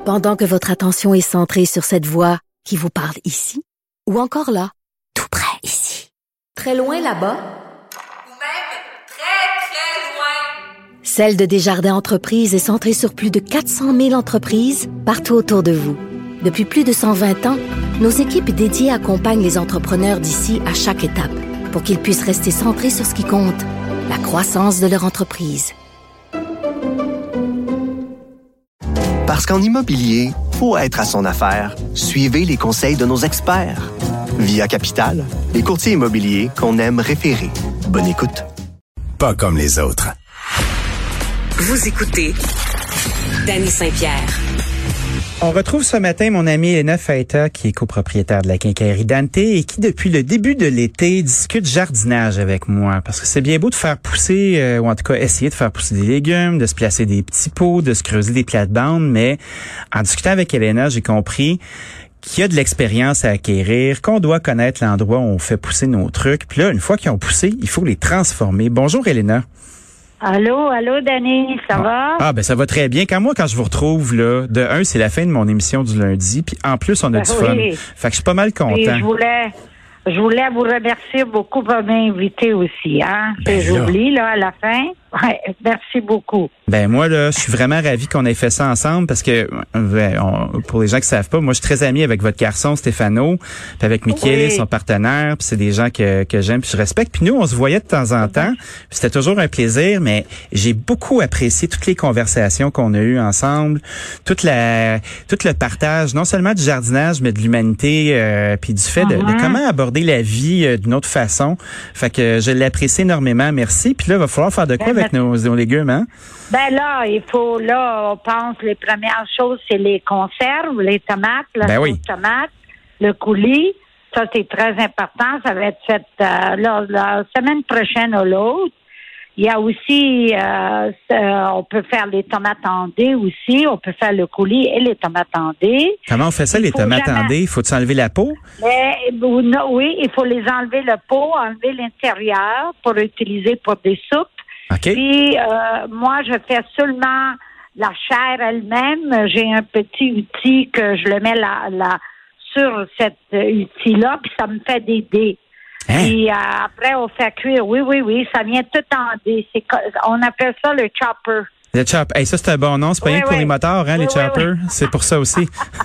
Pendant que votre attention est centrée sur cette voix qui vous parle ici, ou encore là, tout près ici, très loin là-bas, ou même très, très loin. Celle de Desjardins Entreprises est centrée sur plus de 400 000 entreprises partout autour de vous. Depuis plus de 120 ans, nos équipes dédiées accompagnent les entrepreneurs d'ici à chaque étape pour qu'ils puissent rester centrés sur ce qui compte, la croissance de leur entreprise. Parce qu'en immobilier, pour être à son affaire, suivez les conseils de nos experts. Via Capital, les courtiers immobiliers qu'on aime référer. Bonne écoute. Pas comme les autres. Vous écoutez Danny Saint-Pierre. On retrouve ce matin mon amie Elena Faita, qui est copropriétaire de la quincaillerie Dante et qui, depuis le début de l'été, discute jardinage avec moi. Parce que c'est bien beau de faire pousser, ou en tout cas essayer de faire pousser des légumes, de se placer des petits pots, de se creuser des plates-bandes, mais en discutant avec Elena, j'ai compris qu'il y a de l'expérience à acquérir, qu'on doit connaître l'endroit où on fait pousser nos trucs. Puis là, une fois qu'ils ont poussé, il faut les transformer. Bonjour Elena. Allô, Danny, ça va? Ah, ben ça va très bien. Quand je vous retrouve, là, de un, c'est la fin de mon émission du lundi, puis en plus, on a du fun. Fait que je suis pas mal content. Et je voulais vous remercier beaucoup pour m'inviter aussi, hein. Ben j'oublie, là, à la fin. Ouais, merci beaucoup. Ben moi là, je suis vraiment ravi qu'on ait fait ça ensemble parce que pour les gens qui savent pas, moi je suis très ami avec votre garçon Stéphano, puis avec Michele, son partenaire, puis c'est des gens que j'aime puis je respecte. Puis nous on se voyait de temps en temps, puis c'était toujours un plaisir, mais j'ai beaucoup apprécié toutes les conversations qu'on a eues ensemble, tout le partage non seulement du jardinage mais de l'humanité puis du fait de comment aborder la vie d'une autre façon. Fait que je l'apprécie énormément, merci. Puis là il va falloir faire de quoi avec nos légumes, hein? Ben là, on pense, les premières choses, c'est les conserves, les tomates, tomate, le coulis. Ça, c'est très important. Ça va être fait la semaine prochaine ou l'autre. Il y a aussi, on peut faire les tomates en dés aussi. On peut faire le coulis et les tomates en dés. Comment on fait ça, les tomates en dés? Faut-tu enlever la peau? Oui, il faut les enlever le pot, enlever l'intérieur pour utiliser pour des soupes. Okay. Puis, moi, je fais seulement la chair elle-même. J'ai un petit outil que je le mets sur cet outil-là, puis ça me fait des dés. Hein? Puis après, on fait cuire. Oui, ça vient tout en dés. On appelle ça le chopper. Le chopper. Hey, ça, c'est un bon nom. C'est pas rien pour les motards, hein, les choppers. C'est pour ça aussi.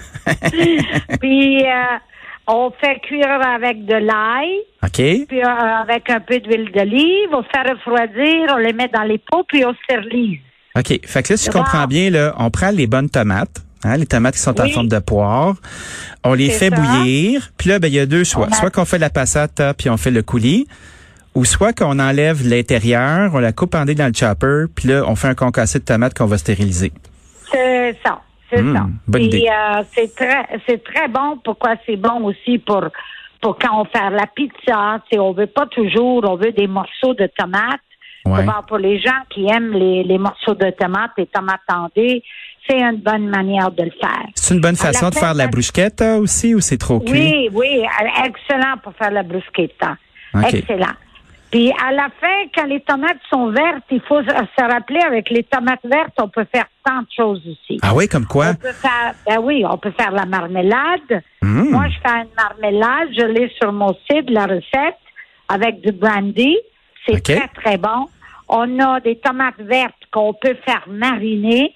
Puis, on fait cuire avec de l'ail. OK. Puis avec un peu d'huile d'olive, on fait refroidir, on les met dans les pots, puis on stérilise. OK. Fait que là, si je comprends bien, là, on prend les bonnes tomates, hein, les tomates qui sont en forme de poire. On les fait bouillir. Puis là, ben il y a deux choix. Soit qu'on fait la passata, puis on fait le coulis, ou soit qu'on enlève l'intérieur, on la coupe en dés dans le chopper, puis là, on fait un concassé de tomates qu'on va stériliser. C'est ça. C'est ça. Bonne idée. C'est très bon. Pourquoi c'est bon aussi pour quand on fait la pizza, on veut pas toujours, on veut des morceaux de tomates. Ouais. Pour les gens qui aiment les morceaux de tomates, les tomates en dés, c'est une bonne manière de le faire. C'est une bonne façon de faire la bruschetta aussi, ou c'est trop cuit? Oui, excellent pour faire la bruschetta. Okay. Excellent. Puis à la fin, quand les tomates sont vertes, il faut se rappeler, avec les tomates vertes, on peut faire tant de choses aussi. Ah oui, comme quoi? On peut faire la marmelade. Moi, je fais une marmelade, je l'ai sur mon site, la recette, avec du brandy. C'est très, très bon. On a des tomates vertes qu'on peut faire mariner,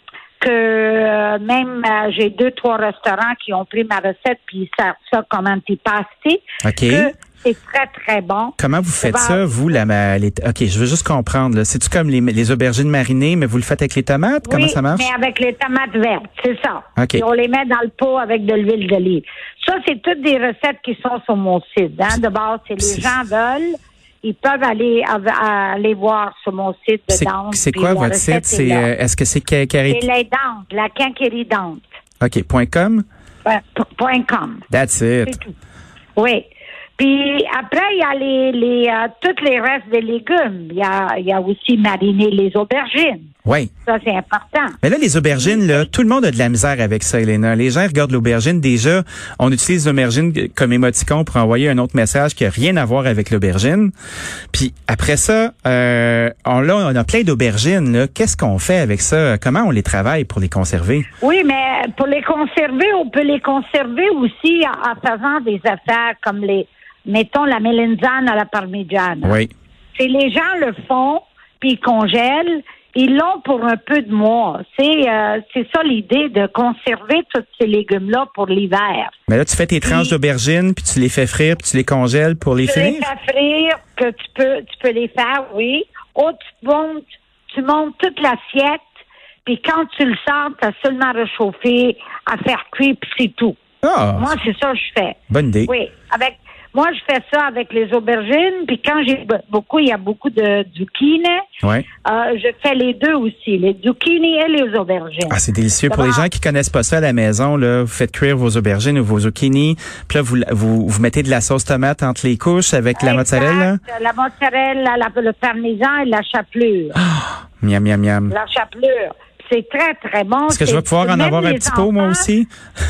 que j'ai 2-3 restaurants qui ont pris ma recette puis ils servent ça comme antipasti. OK. C'est très, très bon. Comment vous faites ça, vous, OK, je veux juste comprendre, là. C'est-tu comme les aubergines marinées, mais vous le faites avec les tomates? Comment ça marche? Oui, mais avec les tomates vertes, c'est ça. OK. Et on les met dans le pot avec de l'huile d'olive. Ça, c'est toutes des recettes qui sont sur mon site, hein. De base, si les gens veulent, ils peuvent aller voir sur mon site de Dante. C'est quoi votre site? Est-ce que c'est quincaillerie? C'est les Dante, la quincaillerie Dante. OK, .com? .com. That's it. C'est tout. Oui. Puis après, il y a tous les restes des légumes. Il y a aussi mariner les aubergines. Oui. Ça, c'est important. Mais là, les aubergines, là, tout le monde a de la misère avec ça, Elena. Les gens regardent l'aubergine. Déjà, on utilise l'aubergine comme émoticon pour envoyer un autre message qui a rien à voir avec l'aubergine. Puis après ça, on a plein d'aubergines, là. Qu'est-ce qu'on fait avec ça? Comment on les travaille pour les conserver? Oui, mais pour les conserver, on peut les conserver aussi en faisant des affaires comme mettons, la melanzane à la parmigiana. Oui. C'est les gens le font, puis ils congèlent. Ils l'ont pour un peu de mois. C'est ça l'idée de conserver tous ces légumes-là pour l'hiver. Mais là, tu fais tes tranches d'aubergines, puis tu les fais frire, puis tu les congèles pour les finir? Tu les fais frire, que tu peux les faire, oui. Ou tu montes toute l'assiette, puis quand tu le sors, tu as seulement à réchauffer, à faire cuire, puis c'est tout. Ah! Moi, c'est ça que je fais. Bonne idée. Oui, moi, je fais ça avec les aubergines, puis quand il y a beaucoup de zucchini, ouais. Je fais les deux aussi, les zucchini et les aubergines. Ah, c'est délicieux. Pour les gens qui connaissent pas ça à la maison, là, vous faites cuire vos aubergines ou vos zucchini, puis là, vous mettez de la sauce tomate entre les couches avec la mozzarella. La mozzarella, le parmesan et la chapelure. Ah, miam, miam, miam. La chapelure. C'est très, très bon. Est-ce que je vais pouvoir en avoir un petit pot, moi aussi?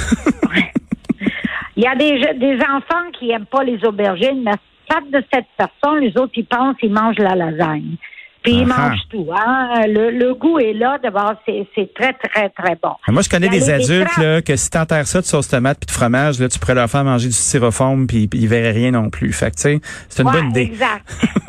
Il y a des enfants qui aiment pas les aubergines, mais chaque de cette façon, les autres, ils mangent la lasagne. Puis ils mangent tout. Hein? Le goût est là. D'abord, c'est très, très, très bon. Moi, je connais des adultes là que si t'enterres ça de sauce tomate puis de fromage, là, tu pourrais leur faire manger du styrofoam puis ils verraient rien non plus. Fait que, tu sais, c'est une bonne idée. Exact.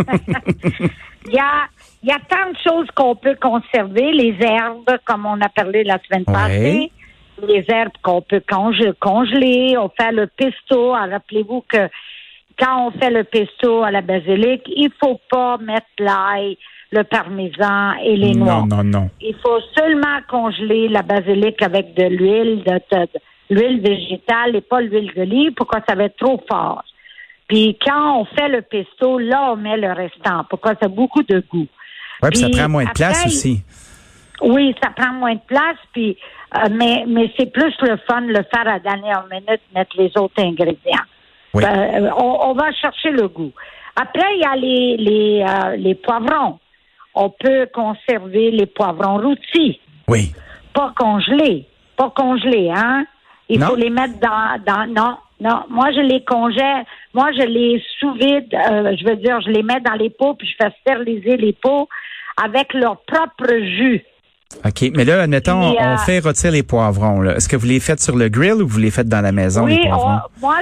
Il y a tant de choses qu'on peut conserver. Les herbes, comme on a parlé la semaine passée. Les herbes qu'on peut congeler. On fait le pesto. Rappelez-vous que quand on fait le pesto à la basilic, il faut pas mettre l'ail, le parmesan et les noix. Non. Il faut seulement congeler la basilic avec de l'huile, l'huile végétale et pas l'huile d'olive, pourquoi ça va être trop fort. Puis quand on fait le pesto, là, on met le restant, pourquoi ça a beaucoup de goût. Oui, puis ça prend moins de place aussi. Oui, ça prend moins de place, puis mais c'est plus le fun de le faire à la dernière minute, mettre les autres ingrédients. Oui. On va chercher le goût. Après, il y a les poivrons. On peut conserver les poivrons rôtis. Oui. Pas congelés, hein? Il faut les mettre dans non. Moi, je les congèle. Moi, je les sous-vide. Je les mets dans les pots, puis je fais stériliser les pots avec leur propre jus. OK. Mais là, admettons, on fait rôtir les poivrons, là. Est-ce que vous les faites sur le grill ou vous les faites dans la maison, les poivrons? Moi,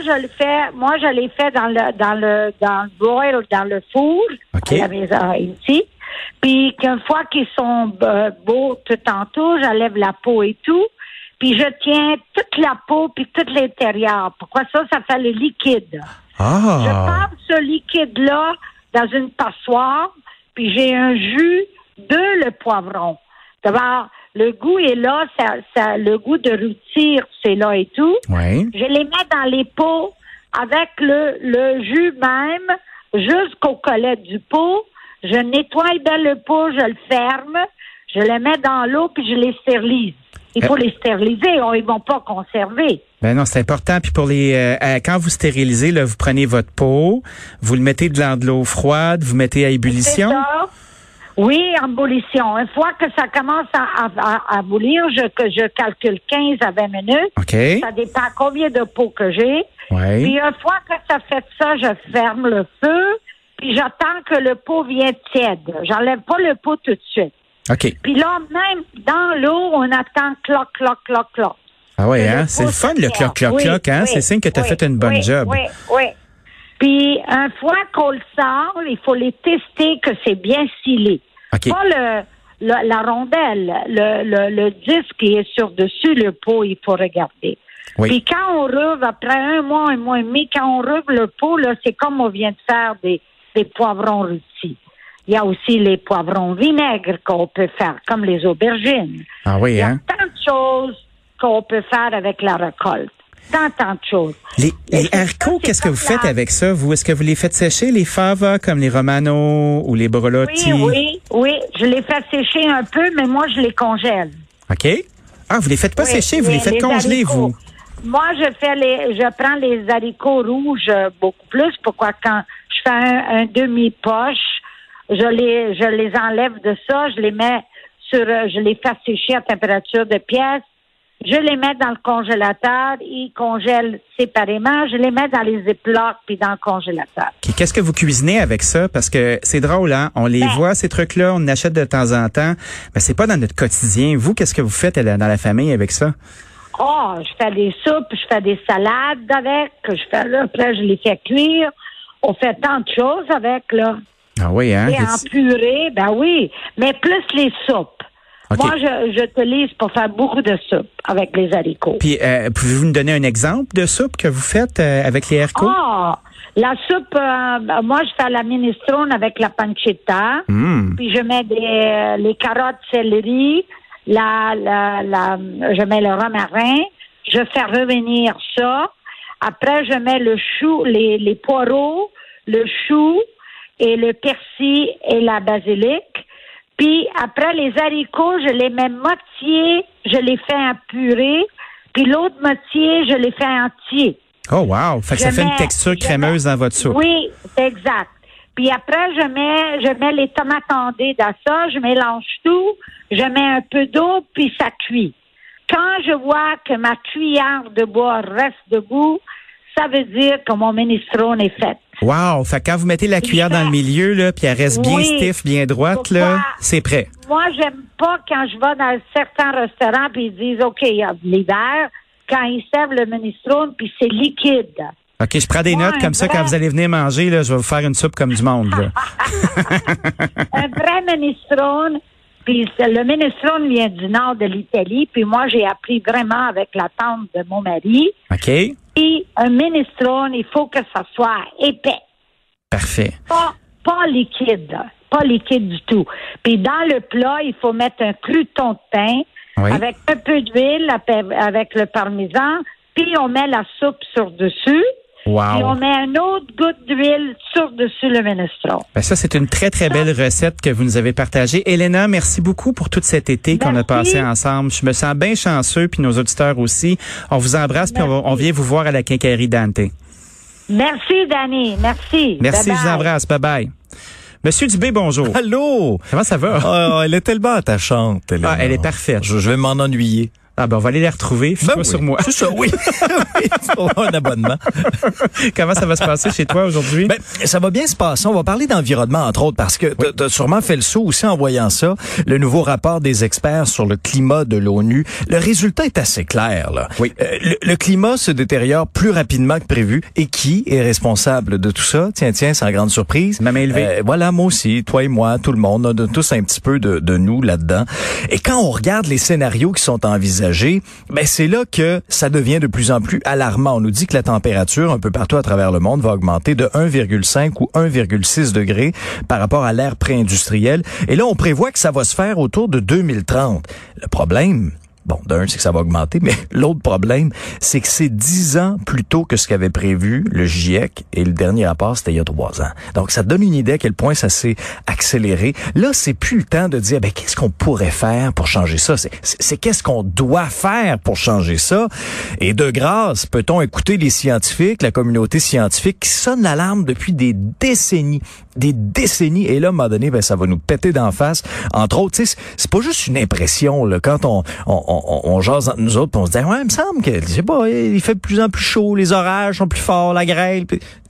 je les fais dans le broil, dans le four. OK. À la maison ici. Puis, qu'une fois qu'ils sont beaux tout en tout, j'enlève la peau et tout. Puis, je tiens toute la peau puis tout l'intérieur. Pourquoi ça? Ça fait le liquide. Ah! Je passe ce liquide-là dans une passoire, puis j'ai un jus de le poivron. D'abord, le goût est là, le goût de rôtir, c'est là et tout. Oui. Je les mets dans les pots avec le jus même jusqu'au collet du pot. Je nettoie bien le pot, je le ferme, je le mets dans l'eau puis je les stérilise. Il faut les stériliser, ils vont pas conserver. Ben non, c'est important. Puis pour quand vous stérilisez, là, vous prenez votre pot, vous le mettez dans de l'eau froide, vous mettez à ébullition. C'est ça. Oui, en ébullition. Une fois que ça commence à bouillir, je calcule 15 à 20 minutes. OK. Ça dépend combien de pots que j'ai. Oui. Puis une fois que ça fait ça, je ferme le feu, puis j'attends que le pot vienne tiède. J'enlève pas le pot tout de suite. OK. Puis là, même dans l'eau, on attend cloc, cloc, cloc, cloc. Ah oui, hein? C'est le fun, le cloc, cloc, cloc, hein? C'est signe que tu as fait une bonne job. Oui. Puis, une fois qu'on le sort, il faut les tester que c'est bien scellé. Okay. Pas la rondelle, le disque qui est sur-dessus le pot, il faut regarder. Oui. Puis quand on rouvre, après un mois et demi, quand on rouvre le pot, là, c'est comme on vient de faire des poivrons rôtis. Il y a aussi les poivrons vinaigres qu'on peut faire, comme les aubergines. Ah oui, hein? Il y a tant de choses qu'on peut faire avec la récolte. Tant de choses. Les haricots, qu'est-ce que vous faites avec ça, vous? Est-ce que vous les faites sécher, les fava, comme les romano ou les brolotti? Oui. Je les fais sécher un peu, mais moi, je les congèle. OK. Ah, vous les faites pas sécher, vous les faites congeler, haricots. vous? Moi, je prends les haricots rouges beaucoup plus. Pourquoi? Quand je fais un demi-poche, je les enlève de ça, je les mets je les fais sécher à température de pièce. Je les mets dans le congélateur, ils congèlent séparément. Je les mets dans les Ziplocs puis dans le congélateur. Okay. Qu'est-ce que vous cuisinez avec ça? Parce que c'est drôle, hein? On les voit, ces trucs-là, on en achète de temps en temps, mais c'est pas dans notre quotidien. Vous, qu'est-ce que vous faites dans la famille avec ça? Oh, je fais des soupes, je fais des salades avec, après je les fais cuire. On fait tant de choses avec, là. Ah oui, hein? Et en purée, ben oui, mais plus les soupes. Okay. Moi, j'utilise pour faire beaucoup de soupe avec les haricots. Puis, pouvez-vous nous donner un exemple de soupe que vous faites avec les haricots? Ah, la soupe, moi, je fais la minestrone avec la pancetta. Puis, je mets les carottes, céleri, je mets le romarin. Je fais revenir ça. Après, je mets le chou, les poireaux, le chou et le persil et la basilic. Puis après, les haricots, je les mets moitié, je les fais en purée, puis l'autre moitié, je les fais entier. Oh wow! Fait que ça fait une texture crémeuse dans votre soupe. Oui, c'est exact. Puis après, je mets les tomates ondées dans ça, je mélange tout, je mets un peu d'eau, puis ça cuit. Quand je vois que ma cuillère de bois reste debout, ça veut dire que mon minestrone est fait. Wow! Fait que quand vous mettez la cuillère dans le milieu, là, puis elle reste bien stiff, bien droite, là, c'est prêt. Moi, j'aime pas quand je vais dans certains restaurants puis ils disent, OK, il y a l'hiver, quand ils servent le minestrone, puis c'est liquide. OK, je prends des notes comme ça, quand vous allez venir manger, là, je vais vous faire une soupe comme du monde, là. Un vrai minestrone, puis le minestrone vient du nord de l'Italie, puis moi, j'ai appris vraiment avec la tante de mon mari. OK. Puis un minestrone, il faut que ça soit épais. Parfait. Pas liquide. Pas liquide du tout. Puis dans le plat, il faut mettre un crouton de pain avec un peu d'huile, avec le parmesan. Puis on met la soupe sur-dessus. Wow. Et on met un autre goutte d'huile sur-dessus le minestrone. Ben ça, c'est une très, très belle recette que vous nous avez partagée. Elena, merci beaucoup pour tout cet été qu'on a passé ensemble. Je me sens bien chanceux, puis nos auditeurs aussi. On vous embrasse, puis on vient vous voir à la Quincaillerie Dante. Merci, Danny. Merci. Merci, bye-bye. Je vous embrasse. Bye-bye. Monsieur Dubé, bonjour. Allô? Comment ça va? Oh, elle est tellement attachante. Elle est parfaite. Je vais m'en ennuyer. Ah ben on va aller les retrouver, pas sur moi. C'est ça, oui. Oui, pour un abonnement. Comment ça va se passer chez toi aujourd'hui? Ben, ça va bien se passer. On va parler d'environnement, entre autres, parce que t'as sûrement fait le saut aussi en voyant ça. Le nouveau rapport des experts sur le climat de l'ONU. Le résultat est assez clair, là. Oui. Le climat se détériore plus rapidement que prévu. Et qui est responsable de tout ça? Tiens, sans grande surprise. Ma main levée. Voilà, moi aussi, toi et moi, tout le monde, on a tous un petit peu de nous là-dedans. Et quand on regarde les scénarios qui sont envisagés, ben c'est là que ça devient de plus en plus alarmant. On nous dit que la température un peu partout à travers le monde va augmenter de 1,5 ou 1,6 degrés par rapport à l'ère pré-industrielle. Et là, on prévoit que ça va se faire autour de 2030. Le problème, bon, d'un, c'est que ça va augmenter, mais l'autre problème, c'est que c'est 10 ans plus tôt que ce qu'avait prévu le GIEC, et le dernier rapport, c'était il y a 3 ans. Donc, ça te donne une idée à quel point ça s'est accéléré. Là, c'est plus le temps de dire, ben, qu'est-ce qu'on pourrait faire pour changer ça? C'est qu'est-ce qu'on doit faire pour changer ça? Et de grâce, peut-on écouter les scientifiques, la communauté scientifique qui sonne l'alarme depuis des décennies. Et là, à un moment donné, ben, ça va nous péter d'en face. Entre autres, tu sais, c'est pas juste une impression, là. Quand on jase entre nous autres, puis on se dit, ouais, il me semble que, je sais pas, il fait de plus en plus chaud, les orages sont plus forts, la grêle.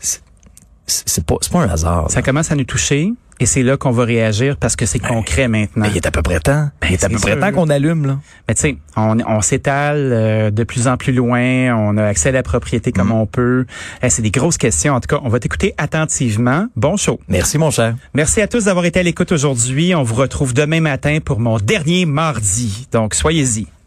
C'est pas un hasard. Ça commence à nous toucher. Et c'est là qu'on va réagir parce que c'est concret maintenant. Il est à peu près temps. Il est à peu près temps qu'on allume, là. Mais tu sais, on s'étale de plus en plus loin. On a accès à la propriété comme on peut. C'est des grosses questions. En tout cas, on va t'écouter attentivement. Bon show. Merci, mon cher. Merci à tous d'avoir été à l'écoute aujourd'hui. On vous retrouve demain matin pour mon dernier mardi. Donc, soyez-y.